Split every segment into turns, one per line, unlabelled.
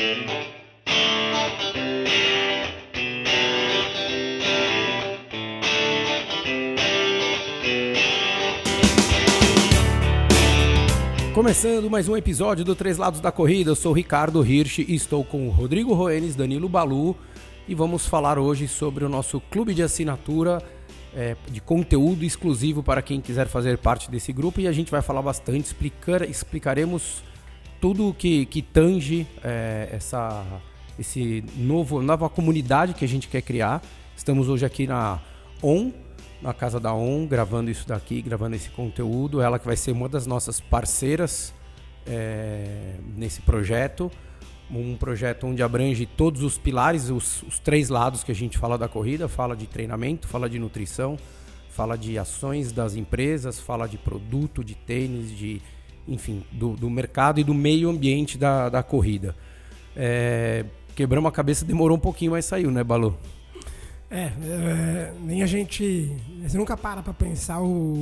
Começando mais um episódio do Três Lados da Corrida, eu sou o Ricardo Hirsch e estou com o Rodrigo Roenes, Danilo Balu e vamos falar hoje sobre o nosso clube de assinatura de conteúdo exclusivo para quem quiser fazer parte desse grupo e a gente vai falar bastante, explicaremos tudo que tange nova comunidade que a gente quer criar. Estamos hoje aqui na casa da ON, gravando isso daqui, gravando esse conteúdo. Ela que vai ser uma das nossas parceiras nesse projeto. Um projeto onde abrange todos os pilares, os três lados que a gente fala da corrida. Fala de treinamento, fala de nutrição, fala de ações das empresas, fala de produto, de tênis, enfim, do mercado e do meio ambiente da corrida. Quebramos a cabeça, demorou um pouquinho, mas saiu, né, Balu?
Nem a gente... Você nunca para pensar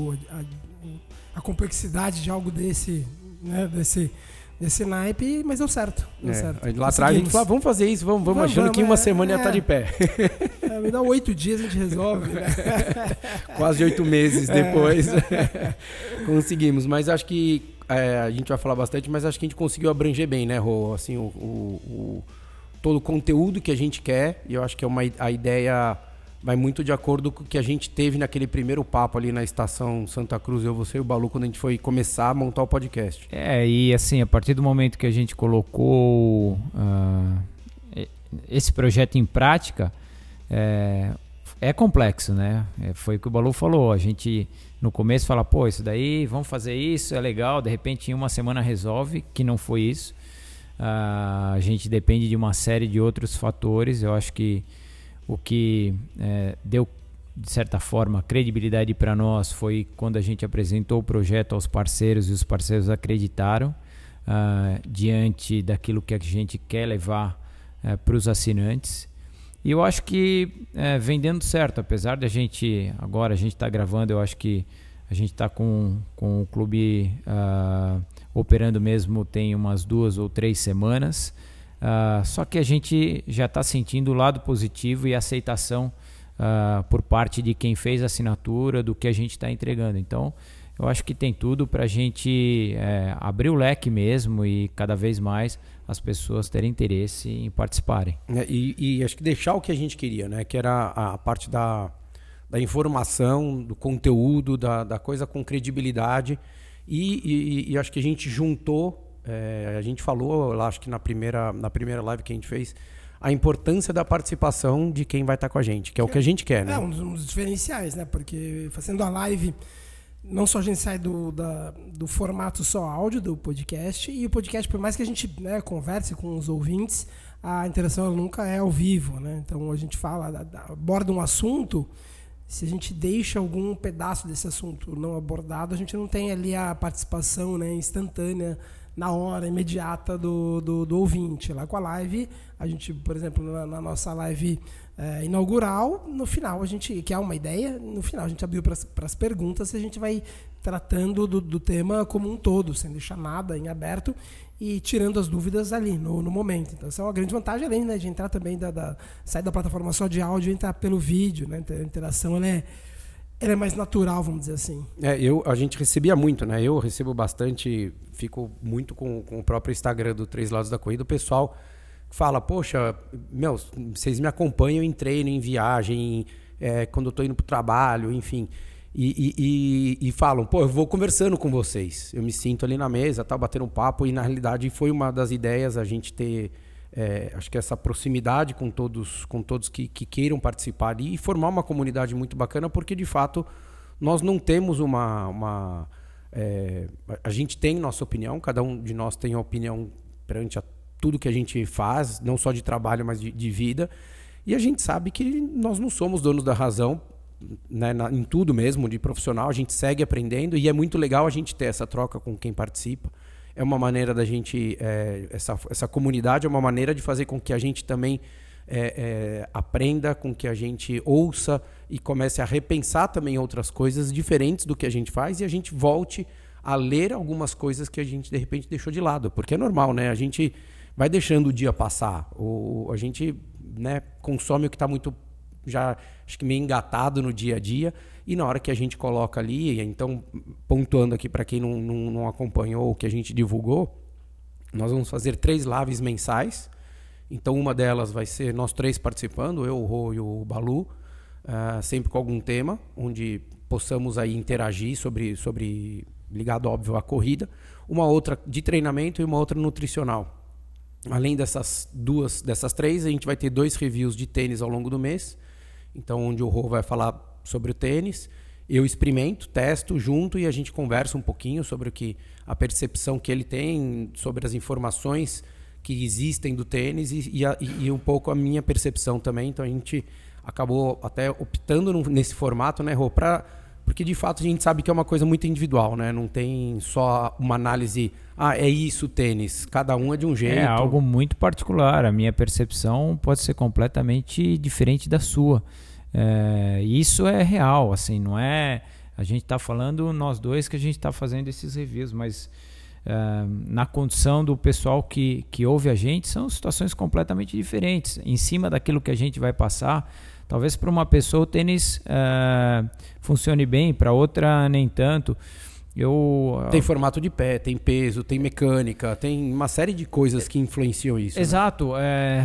a complexidade de algo desse, né, desse naipe, mas deu certo.
Lá atrás a gente falou, vamos fazer isso, vamos achando que em uma semana ia estar de pé.
Me dá 8 dias, a gente resolve. Né?
Quase 8 meses depois conseguimos, mas acho que a gente vai falar bastante, mas acho que a gente conseguiu abranger bem, né, Rô? Assim, todo o conteúdo que a gente quer, e eu acho que a ideia vai muito de acordo com o que a gente teve naquele primeiro papo ali na estação Santa Cruz, você e o Balu, quando a gente foi começar a montar o podcast.
E assim, a partir do momento que a gente colocou esse projeto em prática, é complexo, né? Foi o que o Balu falou, a gente no começo fala, isso daí, vamos fazer isso, é legal, de repente em uma semana resolve, que não foi isso. A gente depende de uma série de outros fatores. Eu acho que o que deu, de certa forma, credibilidade para nós foi quando a gente apresentou o projeto aos parceiros e os parceiros acreditaram diante daquilo que a gente quer levar para os assinantes. E eu acho que vem dando certo, apesar de agora a gente está gravando, eu acho que a gente está com o clube operando mesmo tem umas 2 ou 3 semanas, só que a gente já está sentindo o lado positivo e a aceitação por parte de quem fez a assinatura do que a gente está entregando. Então eu acho que tem tudo para a gente abrir o leque mesmo e cada vez mais as pessoas terem interesse em participarem.
E acho que deixar o que a gente queria, né? Que era a parte da informação, do conteúdo, da coisa com credibilidade. E acho que a gente juntou, a gente falou lá, acho que na primeira live que a gente fez, a importância da participação de quem vai estar com a gente, que é o que a gente quer, né?
Um dos diferenciais, né? Porque fazendo a live, não só a gente sai do formato só áudio do podcast, e o podcast, por mais que a gente, né, converse com os ouvintes, a interação ela nunca é ao vivo, né? Então a gente aborda um assunto. Se a gente deixa algum pedaço desse assunto não abordado, a gente não tem ali a participação, né, instantânea, na hora, imediata do ouvinte. Lá com a live, a gente, por exemplo, na nossa live inaugural, no final, a gente, que é uma ideia, no final a gente abriu para as perguntas e a gente vai tratando do tema como um todo, sem deixar nada em aberto e tirando as dúvidas ali no momento. Então essa é uma grande vantagem, além, né, de entrar também sair da plataforma só de áudio e entrar pelo vídeo, né? Então, a interação ela é mais natural, vamos dizer assim.
A gente recebia muito, né? Eu recebo bastante, fico muito com o próprio Instagram do Três Lados da Corrida, o pessoal fala, poxa, vocês me acompanham em treino, em viagem, quando eu tô indo pro trabalho, enfim. E falam, eu vou conversando com vocês, eu me sinto ali na mesa, batendo um papo, e na realidade foi uma das ideias a gente ter, acho que essa proximidade com todos que queiram participar ali e formar uma comunidade muito bacana, porque de fato nós não temos a gente tem nossa opinião, cada um de nós tem a opinião perante a tudo que a gente faz, não só de trabalho, mas de vida, e a gente sabe que nós não somos donos da razão, né, em tudo mesmo, de profissional, a gente segue aprendendo e é muito legal a gente ter essa troca com quem participa. É uma maneira da gente, essa comunidade é uma maneira de fazer com que a gente também aprenda, com que a gente ouça e comece a repensar também outras coisas diferentes do que a gente faz e a gente volte a ler algumas coisas que a gente de repente deixou de lado, porque é normal, né? A gente vai deixando o dia passar. A gente, né, consome o que está muito, já acho que meio engatado no dia a dia, e na hora que a gente coloca ali, então, pontuando aqui para quem não acompanhou o que a gente divulgou, nós vamos fazer 3 lives mensais. Então, uma delas vai ser nós 3 participando, eu, o Rô e o Balu, sempre com algum tema, onde possamos aí interagir sobre ligado, óbvio, à corrida. Uma outra de treinamento e uma outra nutricional. Além dessas 3, a gente vai ter 2 reviews de tênis ao longo do mês. Então, onde o Rô vai falar sobre o tênis, eu experimento, testo junto e a gente conversa um pouquinho sobre a percepção que ele tem, sobre as informações que existem do tênis e um pouco a minha percepção também. Então, a gente acabou até optando nesse formato, né, Rô, porque de fato a gente sabe que é uma coisa muito individual, né? Não tem só uma análise, é isso o tênis, cada um é de um jeito.
É algo muito particular, a minha percepção pode ser completamente diferente da sua. Isso é real, assim, não é... A gente está falando, nós dois, que a gente está fazendo esses reviews, mas na condição do pessoal que ouve a gente, são situações completamente diferentes. Em cima daquilo que a gente vai passar, talvez para uma pessoa o tênis funcione bem, para outra nem tanto.
Tem formato de pé, tem peso, tem mecânica, tem uma série de coisas que influenciam isso.
Exato. Né?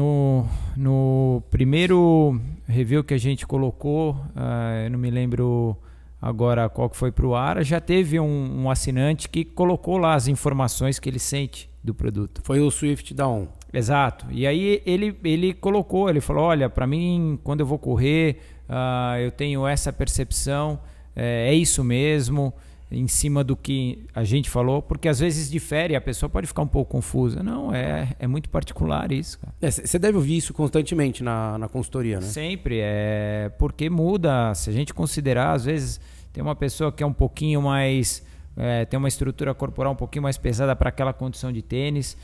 No primeiro review que a gente colocou, eu não me lembro agora qual que foi para o ar, já teve um assinante que colocou lá as informações que ele sente do produto.
Foi o Swift da ON.
Exato. E aí ele colocou, ele falou, olha, para mim, quando eu vou correr, eu tenho essa percepção, é isso mesmo, em cima do que a gente falou, porque às vezes difere, a pessoa pode ficar um pouco confusa. Não, é muito particular isso, cara.
Você deve ouvir isso constantemente na consultoria, né?
Sempre, porque muda. Se a gente considerar, às vezes, tem uma pessoa que é um pouquinho mais... tem uma estrutura corporal um pouquinho mais pesada para aquela condição de tênis,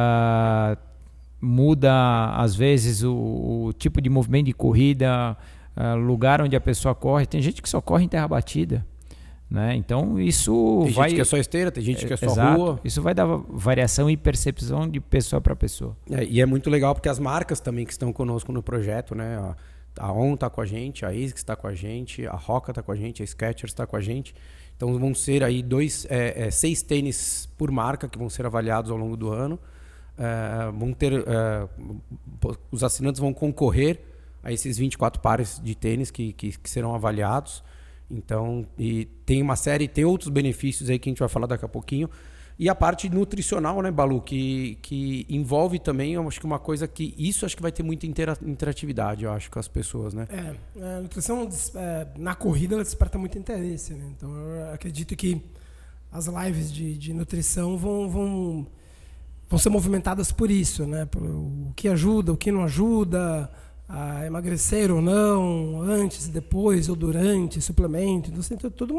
muda às vezes o tipo de movimento de corrida, lugar onde a pessoa corre. Tem gente que só corre em terra batida, né? Então isso
tem gente que é só esteira, tem gente que é só
exato,
rua.
Isso vai dar variação e percepção de pessoa para pessoa.
E é muito legal porque as marcas também que estão conosco no projeto, né? A ON está com a gente, a ASICS está com a gente, a Roca está com a gente, a Skechers está com a gente. Então vão ser aí 6 tênis por marca que vão ser avaliados ao longo do ano. Vão ter, os assinantes vão concorrer a esses 24 pares de tênis que serão avaliados. Então, e tem outros benefícios aí que a gente vai falar daqui a pouquinho. E a parte nutricional, né, Balu, que envolve também, eu acho que uma coisa que isso acho que vai ter muita interatividade, eu acho, com as pessoas, né?
A nutrição na corrida ela desperta muito interesse, né? Então eu acredito que as lives de nutrição vão ser movimentadas por isso, né? O que ajuda, o que não ajuda, a emagrecer ou não, antes, depois ou durante, suplemento. Então tem toda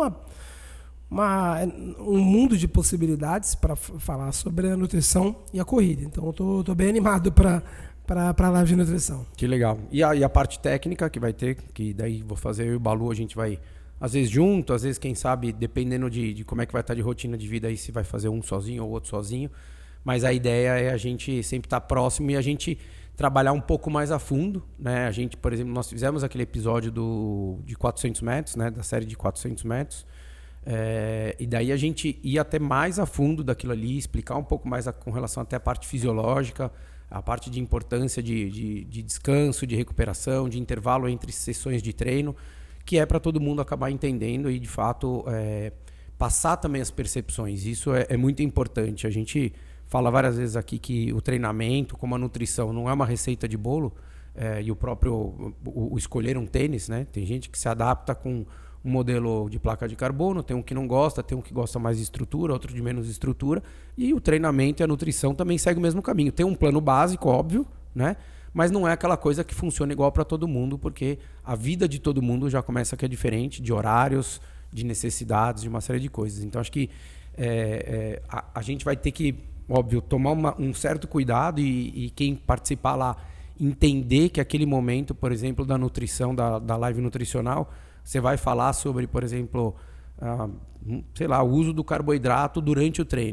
um mundo de possibilidades para falar sobre a nutrição e a corrida. Então eu tô bem animado para a live de nutrição.
Que legal. E a parte técnica que vai ter, que daí vou fazer eu e o Balu, a gente vai às vezes junto, às vezes quem sabe, dependendo de como é que vai estar de rotina de vida, aí se vai fazer um sozinho ou outro sozinho. Mas a ideia é a gente sempre estar próximo e a gente trabalhar um pouco mais a fundo, né? A gente, por exemplo, nós fizemos aquele episódio de 400 metros, né? Da série de 400 metros. E daí a gente ia até mais a fundo daquilo ali, explicar um pouco mais com relação até à parte fisiológica, a parte de importância de descanso, de recuperação, de intervalo entre sessões de treino, que é para todo mundo acabar entendendo e, de fato, passar também as percepções. Isso é muito importante. A gente fala várias vezes aqui que o treinamento, como a nutrição, não é uma receita de bolo, e o próprio escolher um tênis, né? Tem gente que se adapta com um modelo de placa de carbono, tem um que não gosta, tem um que gosta mais de estrutura, outro de menos estrutura, e o treinamento e a nutrição também seguem o mesmo caminho. Tem um plano básico, óbvio, né? Mas não é aquela coisa que funciona igual para todo mundo, porque a vida de todo mundo já começa a ser diferente, de horários, de necessidades, de uma série de coisas. Então acho que a gente vai ter que, óbvio, tomar um certo cuidado e quem participar lá entender que aquele momento, por exemplo, da nutrição, da live nutricional, você vai falar sobre, por exemplo, sei lá, o uso do carboidrato durante o treino.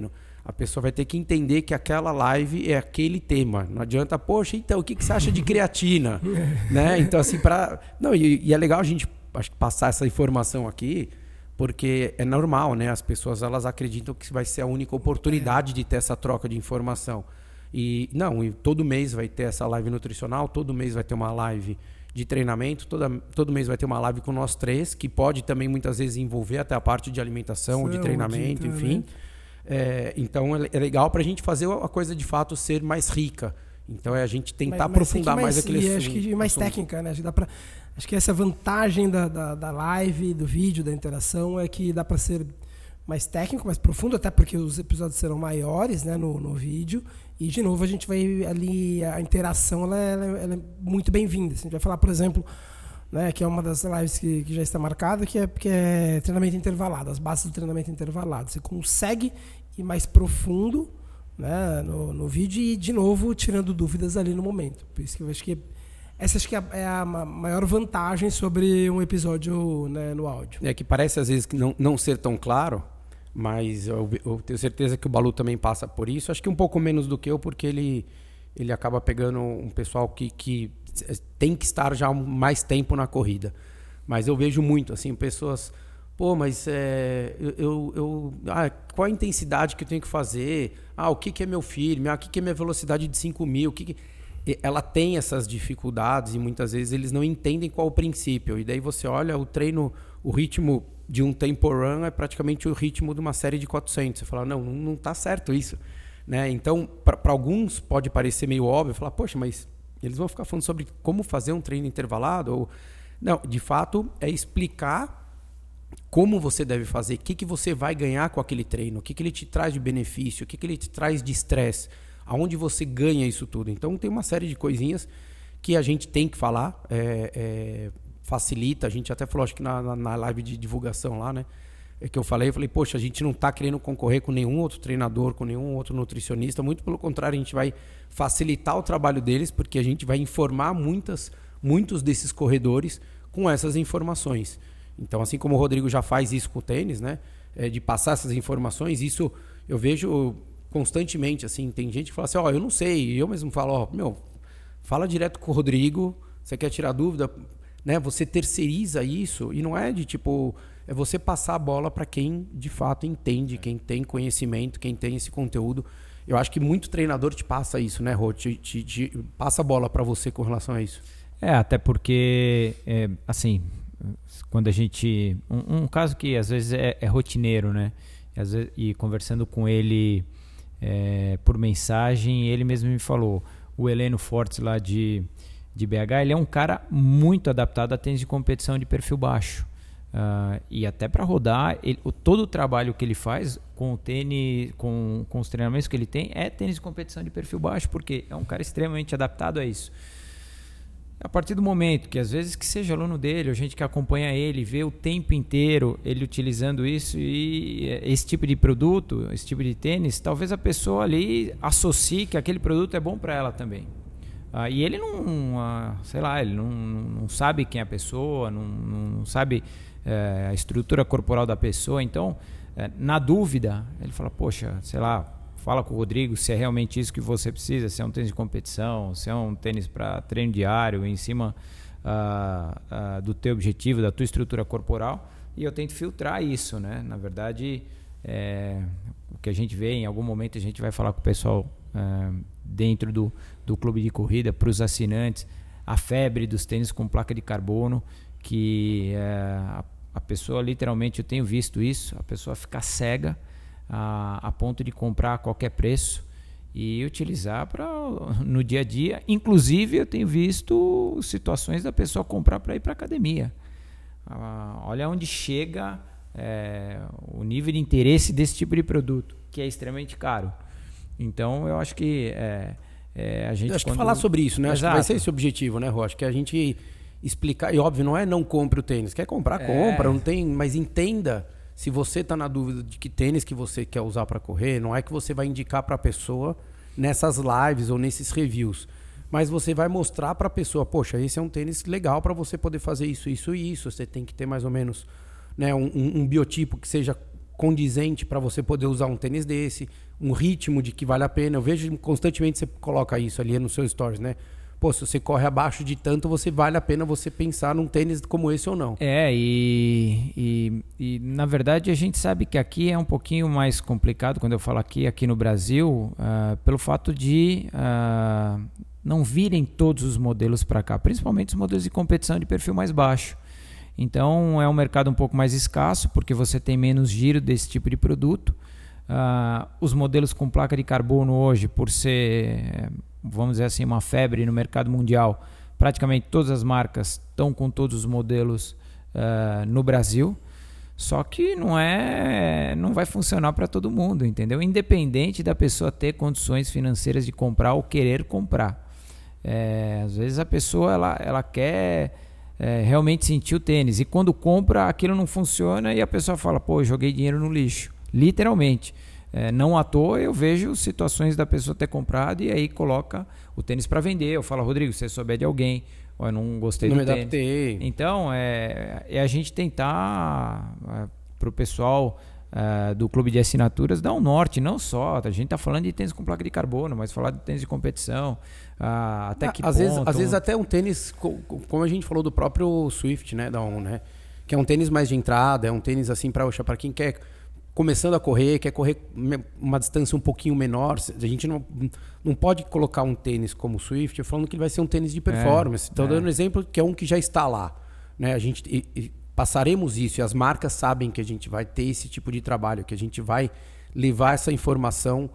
A pessoa vai ter que entender que aquela live é aquele tema. Não adianta, poxa, então, o que você acha de creatina? Né? Então, assim, Não, e é legal a gente, acho que, passar essa informação aqui, porque é normal, né? As pessoas, elas acreditam que vai ser a única oportunidade de ter essa troca de informação. E todo mês vai ter essa live nutricional, todo mês vai ter uma live de treinamento, todo mês vai ter uma live com nós três, que pode também muitas vezes envolver até a parte de alimentação, de treinamento, enfim. Então é legal para a gente fazer a coisa de fato ser mais rica. Então é a gente tentar aprofundar mais aquele assunto.
Acho que mais técnica, né? Acho que essa vantagem da live, do vídeo, da interação é que dá para ser mais técnico, mais profundo, até porque os episódios serão maiores, né, no vídeo. E, de novo, a gente vai ali, a interação ela é muito bem-vinda. A gente vai falar, por exemplo, né, que é uma das lives que já está marcada, que é treinamento intervalado, as bases do treinamento intervalado. Você consegue ir mais profundo, né, no vídeo e, de novo, tirando dúvidas ali no momento. Por isso que eu acho que essa é a maior vantagem sobre um episódio, né, no áudio.
É que parece, às vezes, que não ser tão claro, mas eu tenho certeza que o Balu também passa por isso. Acho que um pouco menos do que eu, porque ele acaba pegando um pessoal que tem que estar já mais tempo na corrida. Mas eu vejo muito, assim, pessoas... Pô, mas qual a intensidade que eu tenho que fazer? O que é meu firme? O que é minha velocidade de 5.000? Ela tem essas dificuldades e muitas vezes eles não entendem qual o princípio. E daí você olha o treino, o ritmo de um tempo run é praticamente o ritmo de uma série de 400. Você fala, não tá certo isso. Né? Então, para alguns pode parecer meio óbvio, falar, poxa, mas eles vão ficar falando sobre como fazer um treino intervalado? Não, de fato, é explicar como você deve fazer, o que você vai ganhar com aquele treino, o que ele te traz de benefício, o que ele te traz de estresse, aonde você ganha isso tudo. Então, tem uma série de coisinhas que a gente tem que falar, facilita. A gente até falou, acho que na live de divulgação lá, né? Que eu falei, poxa, a gente não está querendo concorrer com nenhum outro treinador, com nenhum outro nutricionista. Muito pelo contrário, a gente vai facilitar o trabalho deles, porque a gente vai informar muitos desses corredores com essas informações. Então, assim como o Rodrigo já faz isso com o tênis, né? De passar essas informações, isso eu vejo constantemente, assim. Tem gente que fala assim, eu não sei. E eu mesmo falo, fala direto com o Rodrigo, você quer tirar dúvida, né? Você terceiriza isso e não é de tipo... É você passar a bola para quem de fato entende, quem tem conhecimento, quem tem esse conteúdo. Eu acho que muito treinador te passa isso, né, Rô? Te passa a bola para você com relação a isso.
Até porque, assim, quando a gente... Um caso que às vezes é rotineiro, né? E conversando com ele por mensagem, ele mesmo me falou, o Heleno Fortes lá de BH, ele é um cara muito adaptado a tênis de competição de perfil baixo. E até para rodar, todo o trabalho que ele faz com o tênis, com os treinamentos que ele tem, é tênis de competição de perfil baixo, porque é um cara extremamente adaptado a isso. A partir do momento que, às vezes, que seja aluno dele, ou gente que acompanha ele, vê o tempo inteiro ele utilizando isso e esse tipo de produto, esse tipo de tênis, talvez a pessoa ali associe que aquele produto é bom para ela também. E ele ele não sabe quem é a pessoa, não sabe a estrutura corporal da pessoa. Então, na dúvida, ele fala, poxa, fala com o Rodrigo se é realmente isso que você precisa, se é um tênis de competição, se é um tênis para treino diário, em cima do teu objetivo, da tua estrutura corporal. E eu tento filtrar isso, né? Na verdade, o que a gente vê, em algum momento a gente vai falar com o pessoal dentro do clube de corrida, para os assinantes, a febre dos tênis com placa de carbono, que a pessoa, literalmente, eu tenho visto isso, a pessoa ficar cega a ponto de comprar a qualquer preço e utilizar no dia a dia. Inclusive, eu tenho visto situações da pessoa comprar para ir para a academia. Olha onde chega o nível de interesse desse tipo de produto, que é extremamente caro. Então, eu acho que a gente...
Eu acho que falar sobre isso, né? Acho que vai ser esse o objetivo, né, Rô? Acho que a gente explicar... E, óbvio, não é não compre o tênis. Quer comprar, compra. Não tem... Mas entenda, se você está na dúvida de que tênis que você quer usar para correr, não é que você vai indicar para a pessoa nessas lives ou nesses reviews. Mas você vai mostrar para a pessoa, poxa, esse é um tênis legal para você poder fazer isso, isso e isso. Você tem que ter mais ou menos, né, um biotipo que seja condizente para você poder usar um tênis desse, um ritmo de que vale a pena. Eu vejo constantemente você coloca isso ali no seu stories, né? Pô, se você corre abaixo de tanto, vale a pena você pensar num tênis como esse ou não.
E na verdade a gente sabe que aqui é um pouquinho mais complicado, quando eu falo aqui no Brasil, pelo fato de não virem todos os modelos para cá, principalmente os modelos de competição de perfil mais baixo. Então é um mercado um pouco mais escasso, porque você tem menos giro desse tipo de produto. Os modelos com placa de carbono hoje, por ser, vamos dizer assim, uma febre no mercado mundial, praticamente todas as marcas estão com todos os modelos no Brasil. Só que não vai funcionar para todo mundo, entendeu? Independente da pessoa ter condições financeiras de comprar ou querer comprar. Às vezes a pessoa ela quer realmente sentir o tênis, e quando compra aquilo não funciona e a pessoa fala, pô, eu joguei dinheiro no lixo, literalmente. Não à toa eu vejo situações da pessoa ter comprado e aí coloca o tênis para vender. Eu falo, Rodrigo, se você souber de alguém, eu não gostei do tênis. Não me adaptei. Então é a gente tentar para o pessoal do clube de assinaturas dar um norte, não só, a gente está falando de tênis com placa de carbono, mas falar de tênis de competição, até que
às vezes até um tênis, como a gente falou do próprio Swift, né, da ON, né, que é um tênis mais de entrada, é um tênis assim para quem quer começando a correr, quer correr uma distância um pouquinho menor. A gente não pode colocar um tênis como o Swift falando que ele vai ser um tênis de performance. Estou dando um exemplo que é um que já está lá, né? A gente passaremos isso, e as marcas sabem que a gente vai ter esse tipo de trabalho, que a gente vai levar essa informação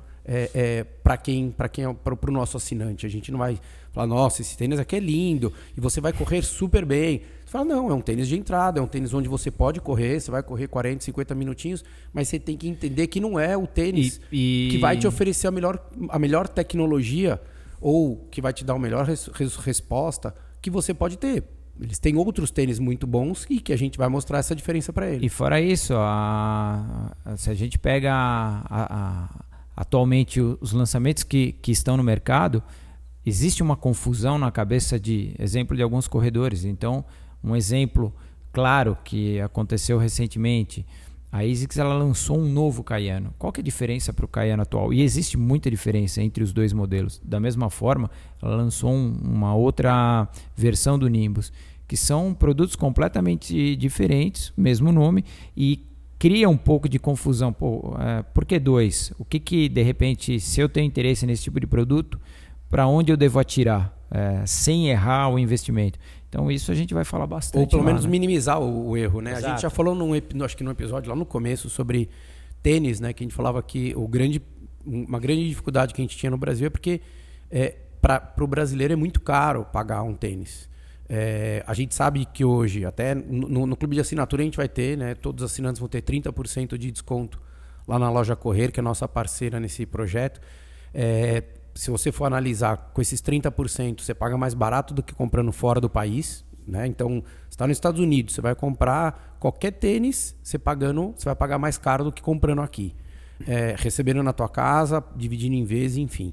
para o nosso assinante. A gente não vai falar, nossa, esse tênis aqui é lindo e você vai correr super bem. Você fala, não, é um tênis de entrada, é um tênis onde você pode correr, você vai correr 40, 50 minutinhos, mas você tem que entender que não é o tênis que vai te oferecer a melhor tecnologia ou que vai te dar a melhor resposta que você pode ter. Eles têm outros tênis muito bons e que a gente vai mostrar essa diferença para eles.
E fora isso, se a gente pega atualmente os lançamentos que estão no mercado, existe uma confusão na cabeça de exemplo de alguns corredores. Então, um exemplo claro que aconteceu recentemente, a ASICS ela lançou um novo Kayano. Qual que é a diferença para o Kayano atual? E existe muita diferença entre os dois modelos. Da mesma forma, ela lançou uma outra versão do Nimbus, que são produtos completamente diferentes, mesmo nome, e cria um pouco de confusão. Por que dois? O que de repente, se eu tenho interesse nesse tipo de produto, para onde eu devo atirar sem errar o investimento? Então isso a gente vai falar bastante.
Ou pelo menos minimizar o erro, né? Exato. A gente já falou acho que num episódio lá no começo sobre tênis, né? Que a gente falava que uma grande dificuldade que a gente tinha no Brasil é porque para o brasileiro é muito caro pagar um tênis. A gente sabe que hoje, até no clube de assinatura a gente vai ter, né? Todos os assinantes vão ter 30% de desconto lá na loja Correr, que é a nossa parceira nesse projeto. Se você for analisar com esses 30%, você paga mais barato do que comprando fora do país, né? Então, você está nos Estados Unidos, você vai comprar qualquer tênis, você vai pagar mais caro do que comprando aqui. Recebendo na tua casa, dividindo em vezes, enfim.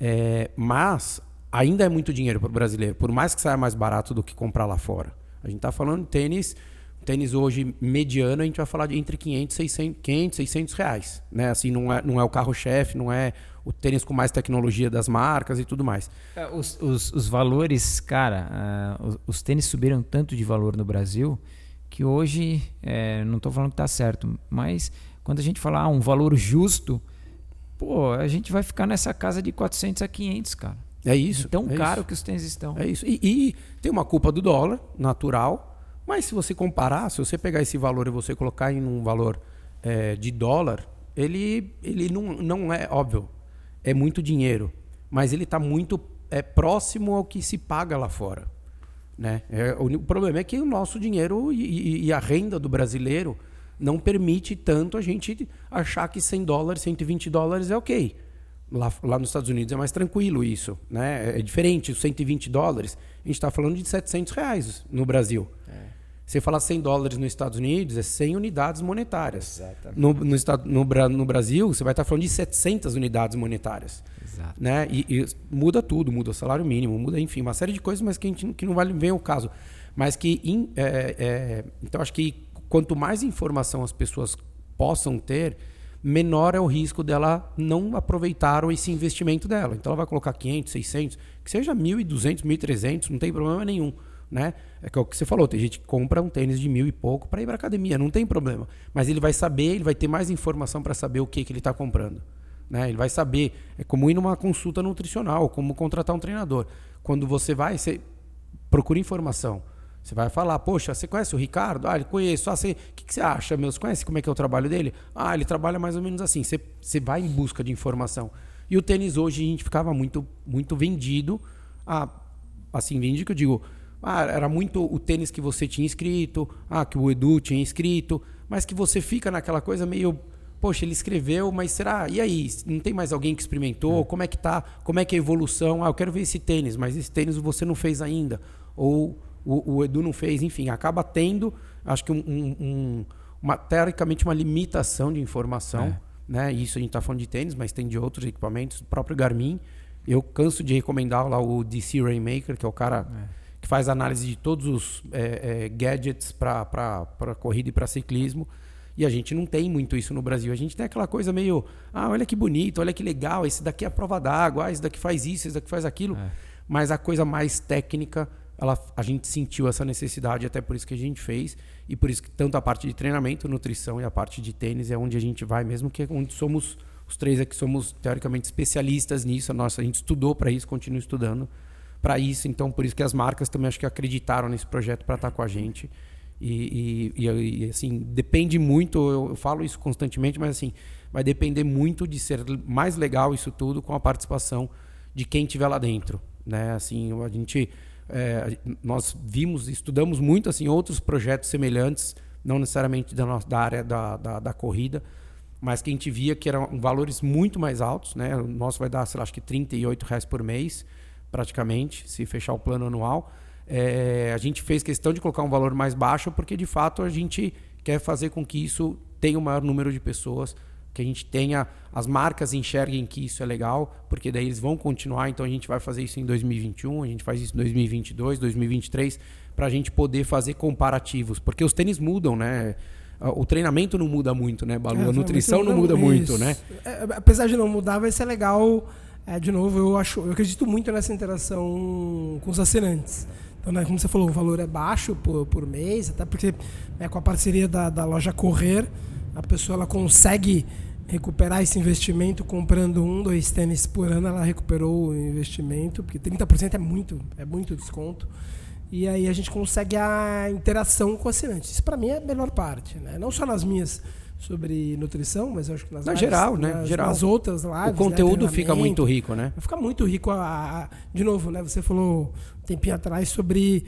Mas ainda é muito dinheiro para o brasileiro, por mais que saia mais barato do que comprar lá fora. A gente está falando de tênis hoje mediano, a gente vai falar de entre 500 e 600 reais, né? Assim, não é o carro-chefe, não é o tênis com mais tecnologia das marcas e tudo mais.
Os valores, cara, os tênis subiram tanto de valor no Brasil que hoje, não estou falando que está certo, mas quando a gente falar um valor justo, a gente vai ficar nessa casa de 400 a 500, cara.
É isso.
Tão caro que os tênis estão.
É isso. E tem uma culpa do dólar, natural, mas se você comparar, se você pegar esse valor e você colocar em um valor de dólar, ele não é óbvio. É muito dinheiro, mas ele está muito próximo ao que se paga lá fora, né? O problema é que o nosso dinheiro e a renda do brasileiro não permite tanto a gente achar que $100, $120 é ok. Lá nos Estados Unidos é mais tranquilo isso, né? É diferente, os $120, a gente está falando de R$700 no Brasil. Você falar $100 nos Estados Unidos, é 100 unidades monetárias. No Brasil, você vai estar falando de 700 unidades monetárias.
Exato.
Né? E muda tudo, muda o salário mínimo, muda, enfim, uma série de coisas, mas que não vem ao caso. Mas então, acho que quanto mais informação as pessoas possam ter, menor é o risco dela não aproveitar esse investimento dela. Então ela vai colocar 500, 600, que seja 1.200, 1.300, não tem problema nenhum, né? É que é o que você falou, tem gente que compra um tênis de 1.000 e pouco para ir para academia, não tem problema. Mas ele vai saber, ele vai ter mais informação para saber o que ele está comprando, né? Ele vai saber, é como ir numa consulta nutricional, como contratar um treinador. Quando você vai, você procura informação. Você vai falar, poxa, você conhece o Ricardo? Ah, ele conheço. Ah, o que você acha, meu? Você conhece como é que é o trabalho dele? Ah, ele trabalha mais ou menos assim. Você vai em busca de informação. E o tênis hoje a gente ficava muito, muito vendido. Assim, vendido que eu digo, era muito o tênis que você tinha escrito, que o Edu tinha escrito, mas que você fica naquela coisa meio, poxa, ele escreveu, mas será? E aí? Não tem mais alguém que experimentou? Como é que tá? Como é que é a evolução? Eu quero ver esse tênis, mas esse tênis você não fez ainda. Ou o Edu não fez, enfim, acaba tendo, acho que teoricamente uma limitação de informação, né? Isso a gente está falando de tênis, mas tem de outros equipamentos, o próprio Garmin. Eu canso de recomendar lá o DC Rainmaker, que é o cara que faz análise de todos os gadgets para corrida e para ciclismo. E a gente não tem muito isso no Brasil. A gente tem aquela coisa meio, olha que bonito, olha que legal, esse daqui é a prova d'água, esse daqui faz isso, esse daqui faz aquilo. Mas a coisa mais técnica, a gente sentiu essa necessidade, até por isso que a gente fez, e por isso que tanto a parte de treinamento, nutrição e a parte de tênis é onde a gente vai, mesmo que onde somos, os três aqui somos teoricamente especialistas nisso, a gente estudou para isso, continua estudando para isso, então por isso que as marcas também acho que acreditaram nesse projeto para estar com a gente, e assim, depende muito, eu falo isso constantemente, mas assim, vai depender muito de ser mais legal isso tudo com a participação de quem estiver lá dentro, né? Assim, a gente... nós estudamos muito assim, outros projetos semelhantes, não necessariamente da área da corrida, mas que a gente via que eram valores muito mais altos, né? O nosso vai dar, sei lá, acho que R$38 por mês, praticamente, se fechar o plano anual. A gente fez questão de colocar um valor mais baixo, porque de fato a gente quer fazer com que isso tenha o maior número de pessoas, que a gente tenha, as marcas enxerguem que isso é legal, porque daí eles vão continuar, então a gente vai fazer isso em 2021, a gente faz isso em 2022, 2023, para a gente poder fazer comparativos, porque os tênis mudam, né? O treinamento não muda muito, né, Balu? A nutrição não muda muito, né?
Apesar de não mudar, vai ser legal, de novo, eu acredito muito nessa interação com os assinantes. Então, né, como você falou, o valor é baixo por mês, até porque com a parceria da loja Correr, a pessoa ela consegue recuperar esse investimento comprando 2 tênis por ano, ela recuperou o investimento, porque 30% é muito desconto. E aí a gente consegue a interação com o assinante. Isso para mim é a melhor parte, né? Não só nas minhas sobre nutrição, mas eu acho que nas lives,
geral, né?
Nas outras lives.
O conteúdo fica muito rico, né?
Fica muito rico. De novo, né? Você falou um tempinho atrás sobre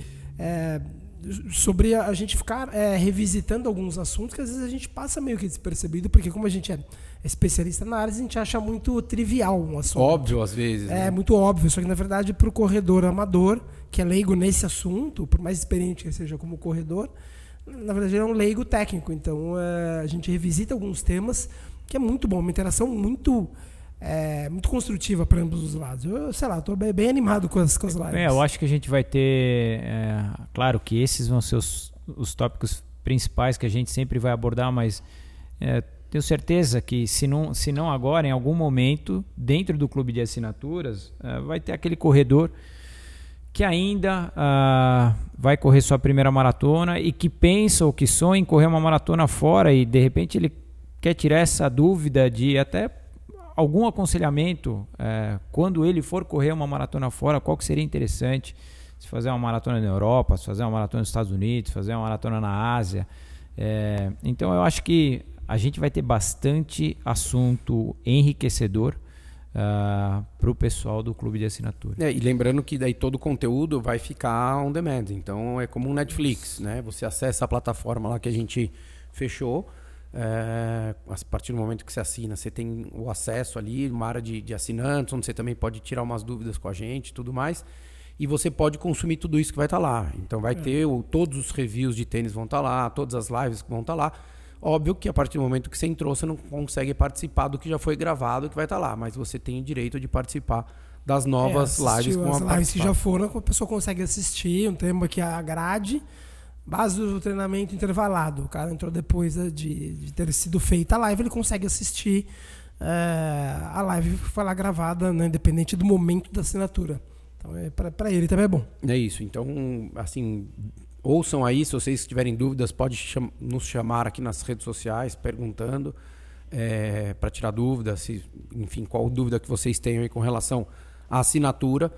a gente ficar revisitando alguns assuntos que às vezes a gente passa meio que despercebido, porque como a gente é especialista na área, a gente acha muito trivial um assunto.
Óbvio, às vezes.
É muito óbvio, só que na verdade para o corredor amador, que é leigo nesse assunto, por mais experiente que ele seja como corredor, na verdade ele é um leigo técnico. Então a gente revisita alguns temas, que é muito bom, uma interação muito construtiva para ambos os lados. Eu estou bem animado com as lives.
Eu acho que a gente vai ter... claro que esses vão ser os tópicos principais que a gente sempre vai abordar, mas tenho certeza que se não agora, em algum momento, dentro do clube de assinaturas, vai ter aquele corredor que ainda vai correr sua primeira maratona e que pensa ou que sonha em correr uma maratona fora e de repente ele quer tirar essa dúvida de até algum aconselhamento quando ele for correr uma maratona fora, qual que seria interessante, se fazer uma maratona na Europa, se fazer uma maratona nos Estados Unidos, fazer uma maratona na Ásia. Então eu acho que a gente vai ter bastante assunto enriquecedor para o pessoal do clube de assinatura.
E lembrando que daí todo o conteúdo vai ficar on demand, então é como um Netflix, né? Você acessa a plataforma lá que a gente fechou, a partir do momento que você assina, você tem o acesso ali, uma área de assinantes, onde você também pode tirar umas dúvidas com a gente e tudo mais, e você pode consumir tudo isso que vai estar lá. Então vai ter todos os reviews de tênis vão estar lá, todas as lives vão estar lá. Óbvio que a partir do momento que você entrou, você não consegue participar do que já foi gravado, que vai estar lá, mas você tem o direito de participar das novas lives.
As lives que já foram, a pessoa consegue assistir, um tema que agrade, base do treinamento intervalado. O cara entrou depois de ter sido feita a live, ele consegue assistir a live que foi lá gravada, né, independente do momento da assinatura. Então, para ele também é bom.
É isso. Então, assim, ouçam aí. Se vocês tiverem dúvidas, pode nos chamar aqui nas redes sociais, perguntando, para tirar dúvidas. Enfim, qual dúvida que vocês tenham aí com relação à assinatura.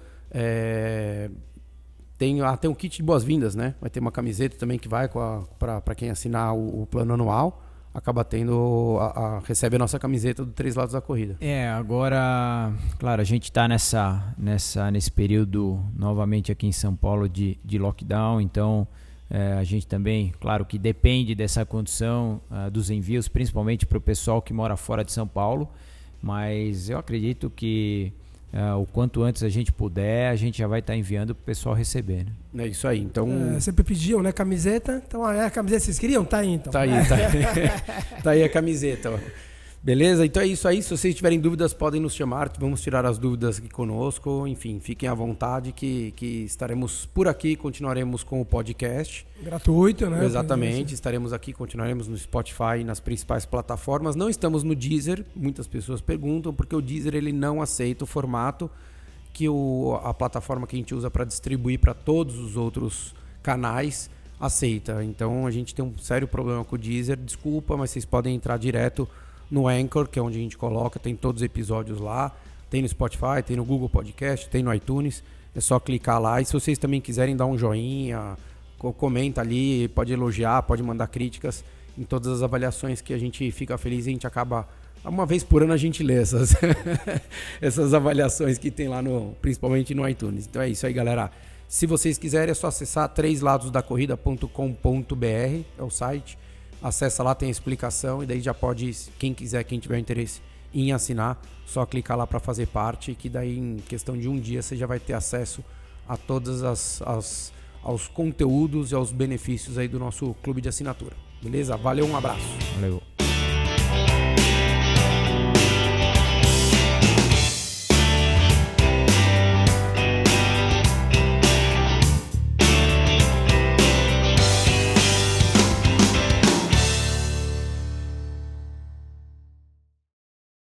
Tem um kit de boas-vindas, né? Vai ter uma camiseta também que vai para quem assinar o plano anual. Acaba tendo, recebe a nossa camiseta do 3 Lados da Corrida.
Agora, claro, a gente está nesse período novamente aqui em São Paulo de lockdown, então a gente também, claro que depende dessa condição dos envios, principalmente para o pessoal que mora fora de São Paulo, mas eu acredito que o quanto antes a gente puder, a gente já vai estar enviando para o pessoal receber, né?
É isso aí, então...
sempre pediam, né, camiseta, então a camiseta vocês queriam? Tá aí, então.
Tá aí. Tá aí a camiseta, ó. Beleza? Então é isso aí, se vocês tiverem dúvidas podem nos chamar, vamos tirar as dúvidas aqui conosco, enfim, fiquem à vontade que estaremos por aqui, continuaremos com o podcast.
Gratuito, né?
Exatamente, estaremos aqui, continuaremos no Spotify e nas principais plataformas. Não estamos no Deezer, muitas pessoas perguntam, porque o Deezer ele não aceita o formato que a plataforma que a gente usa para distribuir para todos os outros canais aceita. Então a gente tem um sério problema com o Deezer, desculpa, mas vocês podem entrar direto no Anchor, que é onde a gente coloca, tem todos os episódios lá, tem no Spotify, tem no Google Podcast, tem no iTunes, é só clicar lá. E se vocês também quiserem dar um joinha, comenta ali, pode elogiar, pode mandar críticas em todas as avaliações, que a gente fica feliz e a gente acaba, uma vez por ano a gente lê essas avaliações que tem lá, principalmente no iTunes. Então é isso aí, galera. Se vocês quiserem é só acessar 3ladosdacorrida.com.br, é o site. Acessa lá, tem a explicação e daí já pode, quem tiver interesse em assinar, só clicar lá para fazer parte, que daí em questão de um dia você já vai ter acesso a todas aos conteúdos e aos benefícios aí do nosso clube de assinatura. Beleza? Valeu, um abraço.
Valeu.